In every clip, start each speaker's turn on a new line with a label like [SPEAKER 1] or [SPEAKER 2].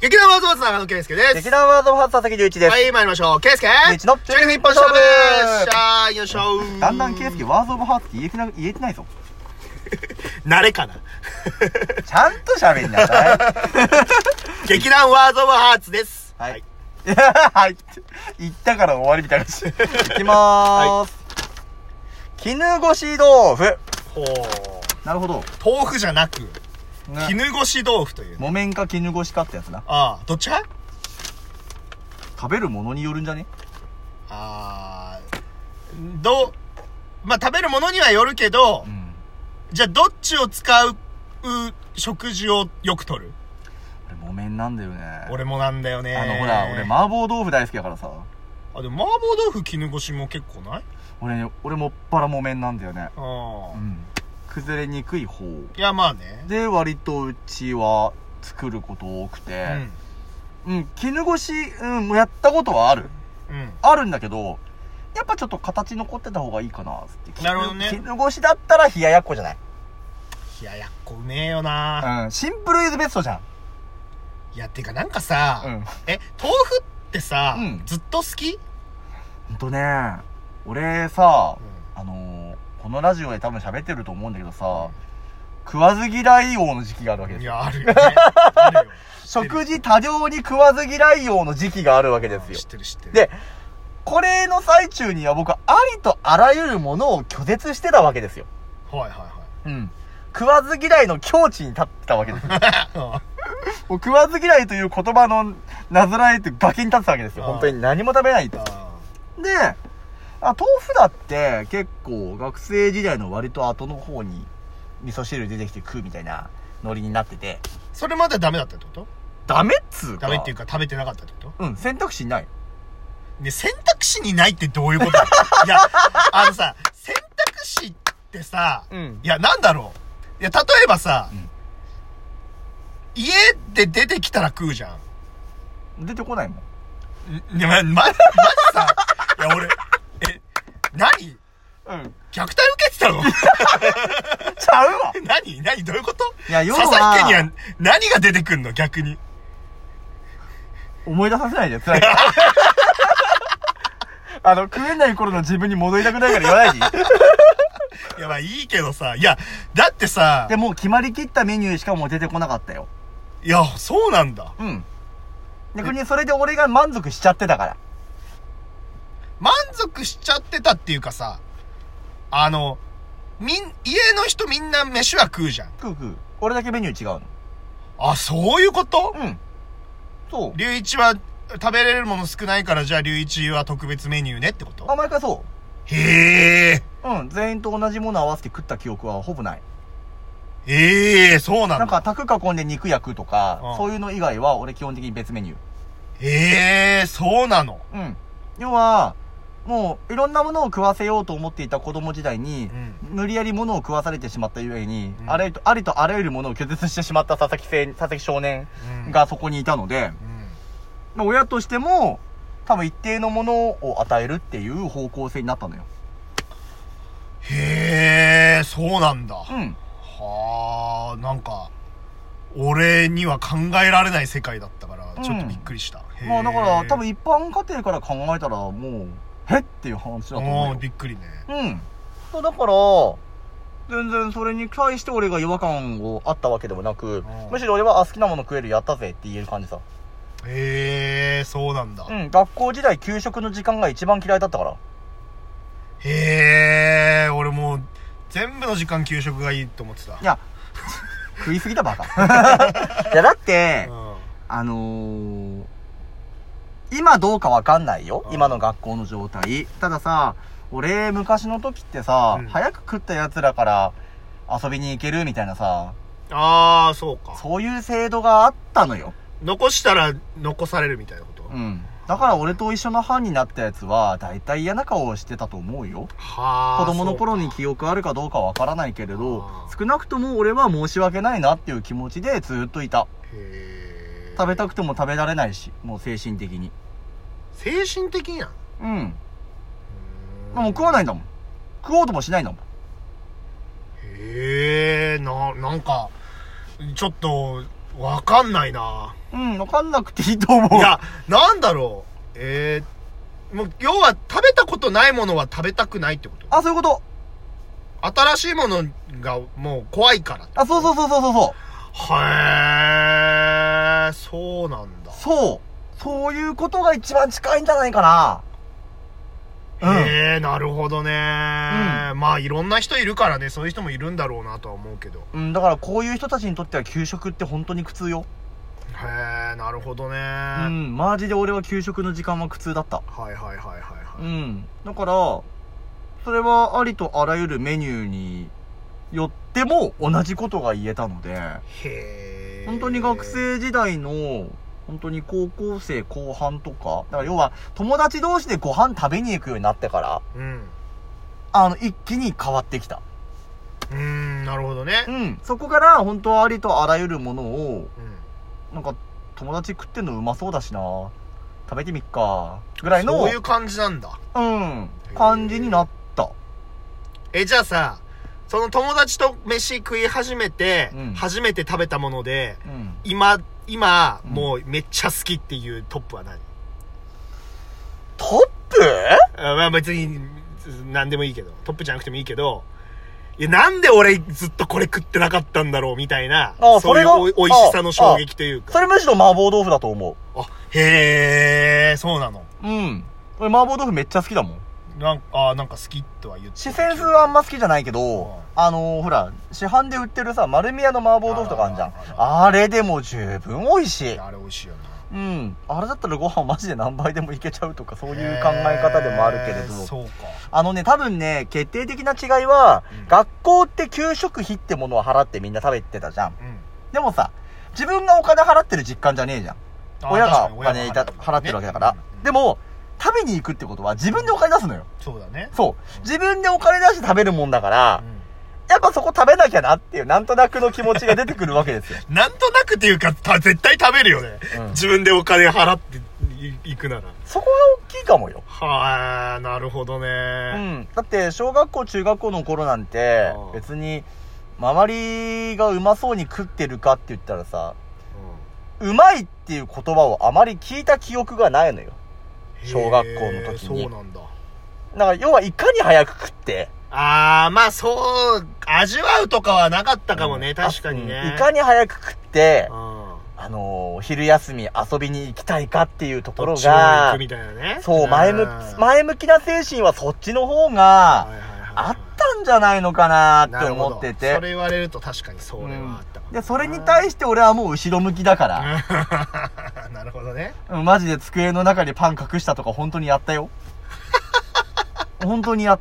[SPEAKER 1] 劇団ワードバーツ長野圭介です。
[SPEAKER 2] 劇団ワードバーツ佐々木隆一です。
[SPEAKER 1] はい、参りましょう。圭介
[SPEAKER 2] 隆一の
[SPEAKER 1] 中二分一本勝負しゃーよいしょー。
[SPEAKER 2] だんだん圭介ワードオブハーツって言えてないぞ。
[SPEAKER 1] 慣れかな。
[SPEAKER 2] ちゃんと喋んなさ
[SPEAKER 1] い。劇団ワードオブハーツです。
[SPEAKER 2] はい。はい。言ったから終わりみたいな感じ。いきまーす。絹ごし豆腐。
[SPEAKER 1] ほう。
[SPEAKER 2] なるほど。
[SPEAKER 1] 豆腐じゃなく、
[SPEAKER 2] ね、
[SPEAKER 1] 絹ごし豆腐という、ね。
[SPEAKER 2] 木綿か絹ごしかってやつな。
[SPEAKER 1] ああ、どっちか
[SPEAKER 2] 食べるものによるんじゃね？
[SPEAKER 1] ああ、まあ、食べるものにはよるけど、じゃあどっちを使う食事をよく取る？
[SPEAKER 2] 俺木綿なんだよね。
[SPEAKER 1] 俺もなんだよね。
[SPEAKER 2] ほら、俺麻婆豆腐大好きだからさ。
[SPEAKER 1] あ、でも麻婆豆腐絹ごしも結構ない？
[SPEAKER 2] 俺もっぱら木綿なんだよね。
[SPEAKER 1] ああ。
[SPEAKER 2] 崩れにくい方。
[SPEAKER 1] いや、まあね。
[SPEAKER 2] で、割とうちは作ること多くて。絹ごし、もうやったことはある。あるんだけど、やっぱちょっと形残ってた方がいいかなって。
[SPEAKER 1] なるほどね。
[SPEAKER 2] 絹ごしだったら冷ややっこじゃない？
[SPEAKER 1] 冷ややっこうめえよな。
[SPEAKER 2] シンプルイズベストじゃん。
[SPEAKER 1] いや、てかなんかさ、豆腐ってさ、ずっと好き？
[SPEAKER 2] ほんとね、俺さ、このラジオで多分喋ってると思うんだけどさ、食わず嫌い王の時期があるわけですよ。
[SPEAKER 1] いや、あるよね。あるよ。
[SPEAKER 2] 食事多量に食わず嫌い王の時期があるわけですよ。
[SPEAKER 1] 知ってる知ってる。
[SPEAKER 2] で、これの最中には僕はありとあらゆるものを拒絶してたわけですよ。
[SPEAKER 1] はいはいはい。
[SPEAKER 2] 食わず嫌いの境地に立ってたわけですよ。もう食わず嫌いという言葉のなぞらえって崖に立ってたわけですよ。本当に何も食べないと。で、豆腐だって結構学生時代の割と後の方に味噌汁出てきて食うみたいなノリになってて。
[SPEAKER 1] それまでダメだったってこと？
[SPEAKER 2] ダメっつうか。
[SPEAKER 1] ダメっていうか食べてなかったってこと？
[SPEAKER 2] 選択肢ない。
[SPEAKER 1] ね、選択肢にないってどういうこと？いや、さ、選択肢ってさ、いや、なんだろう。いや、例えばさ、家で出てきたら食うじゃん。
[SPEAKER 2] 出てこないもん。
[SPEAKER 1] いや、マジさ、いや、俺、何？虐待受けてたの？
[SPEAKER 2] ちゃうわ。
[SPEAKER 1] 何どういうこと？
[SPEAKER 2] いや、
[SPEAKER 1] 佐々木家には何が出てくんの？逆に。
[SPEAKER 2] 思い出させないで、辛いから。食えない頃の自分に戻りたくないから言わないでいい？
[SPEAKER 1] いや、まあいいけどさ、いや、だってさ。
[SPEAKER 2] でも決まりきったメニューしかもう出てこなかったよ。
[SPEAKER 1] いや、そうなんだ。
[SPEAKER 2] 逆にそれで俺が満足しちゃってたから。
[SPEAKER 1] 満足しちゃってたっていうかさ、家の人みんな飯は食うじゃん。
[SPEAKER 2] 食う。俺だけメニュー違うの。
[SPEAKER 1] あ、そういうこと？
[SPEAKER 2] そう。
[SPEAKER 1] 隆一は食べれるもの少ないからじゃあ隆一は特別メニューねってこと？
[SPEAKER 2] 毎回そう。
[SPEAKER 1] へえ。
[SPEAKER 2] 全員と同じもの合わせて食った記憶はほぼない。
[SPEAKER 1] そうなんだ。
[SPEAKER 2] なんか卓囲んで肉焼くとか、そういうの以外は俺基本的に別メニュ
[SPEAKER 1] ー。そうなの？
[SPEAKER 2] 要は、もういろんなものを食わせようと思っていた子供時代に、無理やりものを食わされてしまったゆえに、ありとあらゆるものを拒絶してしまった佐々木少年がそこにいたので、親としても多分一定のものを与えるっていう方向性になったのよ。
[SPEAKER 1] そうなんだ。はあ、なんか俺には考えられない世界だったからちょっとびっくりした。
[SPEAKER 2] だから多分一般家庭から考えたらもうっていう話だと思うよ。
[SPEAKER 1] びっくりね。
[SPEAKER 2] だから全然それに対して俺が違和感をあったわけでもなく、むしろ俺は好きなもの食える、やったぜって言える感じさ。
[SPEAKER 1] そうなんだ。
[SPEAKER 2] 学校時代給食の時間が一番嫌いだったから。
[SPEAKER 1] 俺もう全部の時間給食がいいと思ってた。
[SPEAKER 2] いや食いすぎたバカ。いやだって、今どうかわかんないよ。今の学校の状態。たださ、俺昔の時ってさ、早く食った奴らから遊びに行けるみたいなさ。
[SPEAKER 1] そうか。
[SPEAKER 2] そういう制度があったのよ。
[SPEAKER 1] 残したら残されるみたいなこと？
[SPEAKER 2] だから俺と一緒の班になったやつは大体嫌な顔をしてたと思うよ。子供の頃に記憶あるかどうかわからないけれど、少なくとも俺は申し訳ないなっていう気持ちでずっといた。食べたくても食べられないし、もう精神的に。
[SPEAKER 1] 精神的になの？
[SPEAKER 2] もう食わないんだもん。食おうともしないんだもん。
[SPEAKER 1] なんかちょっとわかんないな。
[SPEAKER 2] わかんなくていいと思う。
[SPEAKER 1] いや、なんだろう。もう、要は食べたことないものは食べたくないってこと？
[SPEAKER 2] あ、そういうこと。
[SPEAKER 1] 新しいものがもう怖いから。
[SPEAKER 2] あ、そう。
[SPEAKER 1] へー、そうなんだ。
[SPEAKER 2] そういうことが一番近いんじゃないかな。
[SPEAKER 1] へー、なるほどね。まあ、いろんな人いるからね、そういう人もいるんだろうなとは思うけど。
[SPEAKER 2] だからこういう人たちにとっては給食って本当に苦痛よ。
[SPEAKER 1] へー、なるほどね。
[SPEAKER 2] マジで俺は給食の時間は苦痛だった。
[SPEAKER 1] はい。
[SPEAKER 2] だから、それはありとあらゆるメニューによっても同じことが言えたので、
[SPEAKER 1] へー。
[SPEAKER 2] 本当に学生時代の、本当に高校生後半とか、だから要は友達同士でご飯食べに行くようになってから、一気に変わってきた。
[SPEAKER 1] なるほどね。
[SPEAKER 2] そこから本当はありとあらゆるものを、なんか友達食ってんのうまそうだしな、食べてみっかぐらいの、
[SPEAKER 1] そういう感じなんだ。
[SPEAKER 2] 感じになった。
[SPEAKER 1] じゃあさ、その友達と飯食い始めて、初めて食べたもので、今、もうめっちゃ好きっていうトップは何？
[SPEAKER 2] トップ？
[SPEAKER 1] まあ別に、何でもいいけど、トップじゃなくてもいいけど、いや、なんで俺ずっとこれ食ってなかったんだろうみたいな、そういう美味しさの衝撃というか。
[SPEAKER 2] それむしろ麻婆豆腐だと思う。
[SPEAKER 1] へー、そうなの。
[SPEAKER 2] 俺麻婆豆腐めっちゃ好きだもん。
[SPEAKER 1] なんか好きとは言って。
[SPEAKER 2] 四川風はあんま好きじゃないけど、ほら、市販で売ってるさ、丸宮の麻婆豆腐とかあるじゃん。あれでも十分美味しい。
[SPEAKER 1] あれ美味しいよな。
[SPEAKER 2] あれだったらご飯マジで何杯でもいけちゃうとか、そういう考え方でもあるけれど。
[SPEAKER 1] そうか。
[SPEAKER 2] 多分ね、決定的な違いは、学校って給食費ってものを払ってみんな食べてたじゃん。でもさ、自分がお金払ってる実感じゃねえじゃん。親がお金払ってるわけだから。でも、食べに行くってことは自分でお金出すのよ。
[SPEAKER 1] そうだね。
[SPEAKER 2] 自分でお金出して食べるもんだから、やっぱそこ食べなきゃなっていうなんとなくの気持ちが出てくるわけですよ。
[SPEAKER 1] なんとなくっていうか、絶対食べるよね。自分でお金払って行くなら。
[SPEAKER 2] そこが大きいかもよ。
[SPEAKER 1] なるほどね。
[SPEAKER 2] だって小学校中学校の頃なんて別に周りがうまそうに食ってるかって言ったらさ、うまいっていう言葉をあまり聞いた記憶がないのよ。小学校の時に。
[SPEAKER 1] そうなんだ。
[SPEAKER 2] だから要はいかに早く食って、
[SPEAKER 1] まあそう、味わうとかはなかったかもね、確かにね。
[SPEAKER 2] いかに早く食って、昼休み遊びに行きたいかっていうところが、
[SPEAKER 1] 行くみたいなね。
[SPEAKER 2] そう、前向きな精神はそっちの方が、あったんじゃないのかなって思ってて。
[SPEAKER 1] それ言われると確かにそれはあったかも。
[SPEAKER 2] で、それに対して俺はもう後ろ向きだから。
[SPEAKER 1] なるほどね。
[SPEAKER 2] マジで机の中にパン隠したとか本当にやったよ。本当にやった。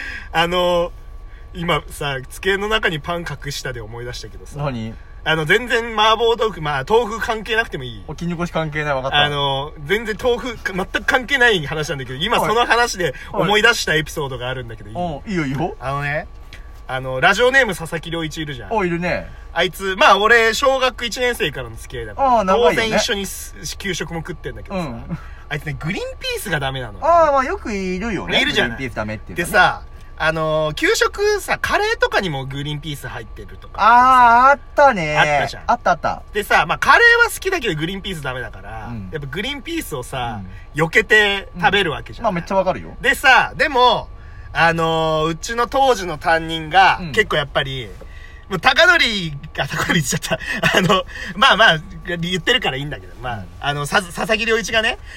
[SPEAKER 1] 今さ、机の中にパン隠したで思い出したけどさ。
[SPEAKER 2] 何？
[SPEAKER 1] 全然麻婆豆腐、豆腐関係なくてもいい。
[SPEAKER 2] おきにこし関係ない、分かった。
[SPEAKER 1] 全然豆腐、全く関係ない話なんだけど、今その話で思い出したエピソードがあるんだけど、
[SPEAKER 2] いいよいいよ。
[SPEAKER 1] ラジオネーム佐々木良一いるじゃん。
[SPEAKER 2] いるね。
[SPEAKER 1] あいつ、俺、小学1年生からの付き合いだから、当然一緒に給食も食ってんだけどさ、あいつね、グリーンピースがダメなの。
[SPEAKER 2] よくいるよね。
[SPEAKER 1] いるじゃん。
[SPEAKER 2] グリーンピースダメっていう。
[SPEAKER 1] でさ、給食さ、カレーとかにもグリーンピース入ってるとか。
[SPEAKER 2] あったね。
[SPEAKER 1] あったじゃん。
[SPEAKER 2] あった。
[SPEAKER 1] でさ、カレーは好きだけどグリーンピースダメだから、やっぱグリーンピースをさ、避けて食べるわけじゃん。
[SPEAKER 2] めっちゃわかるよ。
[SPEAKER 1] でさ、でも、うちの当時の担任が、結構やっぱり、もう高則言っちゃった。言ってるからいいんだけど、佐々木良一がね、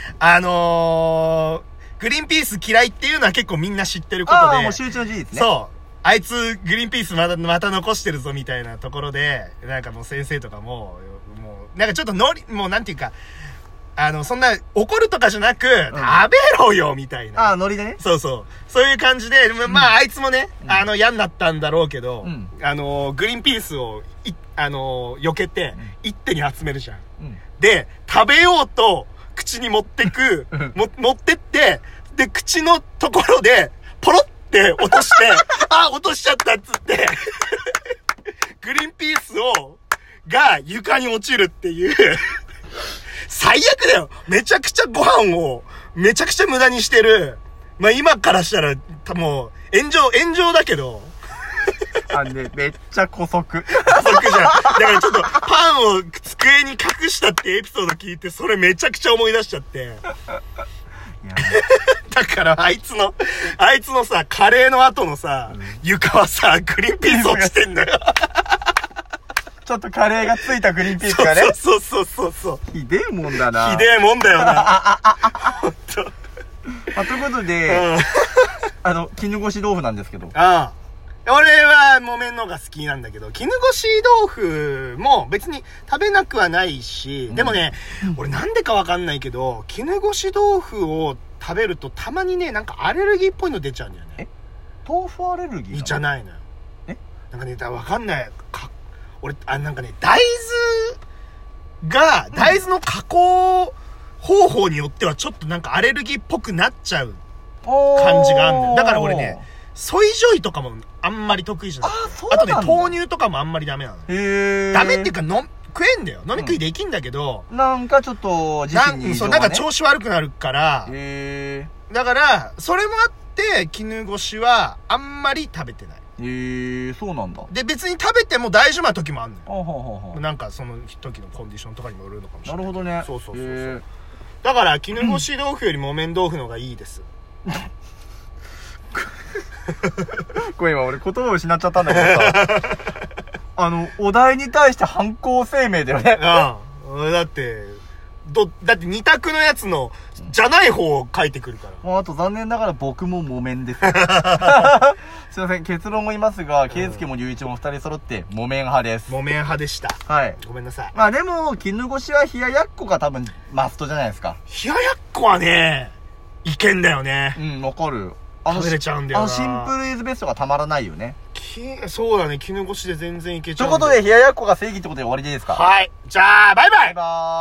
[SPEAKER 1] グリーンピース嫌いっていうのは結構みんな知ってることで。
[SPEAKER 2] もう周知の事実ね。
[SPEAKER 1] そう。あいつ、グリーンピースまた残してるぞみたいなところで、なんかもう先生とかもなんかちょっともうなんていうか、そんな怒るとかじゃなく、食べろよみたいな。
[SPEAKER 2] ノリでね。
[SPEAKER 1] そう。そういう感じで、あいつもね、嫌になったんだろうけど、グリーンピースを、避けて、一手に集めるじゃん。で、食べようと、口に持って持ってって、で、口のところで、ポロって落として、落としちゃったっつって、グリーンピースが床に落ちるっていう、最悪だよ。めちゃくちゃご飯を、めちゃくちゃ無駄にしてる。今からしたら、もう、炎上だけど。
[SPEAKER 2] めっちゃ姑息。
[SPEAKER 1] 姑息じゃん。だからちょっとパンを机に隠したってエピソード聞いて、それめちゃくちゃ思い出しちゃって。だからあいつのさ、カレーの後のさ、床はさ、グリーンピース落ちてんだよ。
[SPEAKER 2] ちょっとカレーがついたグリーンピースがね。
[SPEAKER 1] そう。
[SPEAKER 2] ひでえもんだな。
[SPEAKER 1] ひでえもんだよな。ほんと。
[SPEAKER 2] ということで、絹ごし豆腐なんですけど。
[SPEAKER 1] 俺は木綿のが好きなんだけど、絹ごし豆腐も別に食べなくはないし、でもね、俺なんでかわかんないけど、絹ごし豆腐を食べるとたまにね、なんかアレルギーっぽいの出ちゃうんだよね。
[SPEAKER 2] 豆腐アレルギー
[SPEAKER 1] じゃないのよ。なんかね、わかんない。俺、なんかね、大豆の加工方法によってはちょっとなんかアレルギーっぽくなっちゃう感じがあるんだよ。だから俺ね、ソイジョイとかもあんまり得意じゃない。あとね、豆乳とかもあんまりダメなの。ダメっていうか食えんだよ。飲み食いできんだけど。
[SPEAKER 2] なんかちょっと、
[SPEAKER 1] なんか調子悪くなるから。だから、それもあって、絹ごしはあんまり食べてない。
[SPEAKER 2] そうなんだ。
[SPEAKER 1] で、別に食べても大丈夫な時もあるのよ。なんかその時のコンディションとかにもよるのかもしれない。
[SPEAKER 2] なるほどね。
[SPEAKER 1] そう。だから、絹ごし豆腐より木綿豆腐の方がいいです。
[SPEAKER 2] これ今俺言葉を失っちゃったんだけどさお題に対して反抗声明だよね。
[SPEAKER 1] だって二択のやつのじゃない方を書いてくるから。
[SPEAKER 2] あと残念ながら僕も木綿です。すいません、結論も言いますが、圭介も隆一も二人揃って木綿派です。
[SPEAKER 1] 木綿派でした。
[SPEAKER 2] はい。
[SPEAKER 1] ごめんなさい。
[SPEAKER 2] まあでも、絹ごしは冷ややっこが多分マストじゃないですか。
[SPEAKER 1] 冷ややっこはね、いけんだよね。
[SPEAKER 2] わかる。
[SPEAKER 1] 食べれちゃうんだよな。
[SPEAKER 2] シンプルイズベストがたまらないよね。
[SPEAKER 1] そうだね、絹ごしで全然いけちゃう。
[SPEAKER 2] ということで、冷ややっこが正義ってことで終わりでいいですか？
[SPEAKER 1] はい。じゃあ、バイバイ。
[SPEAKER 2] バイバーイ。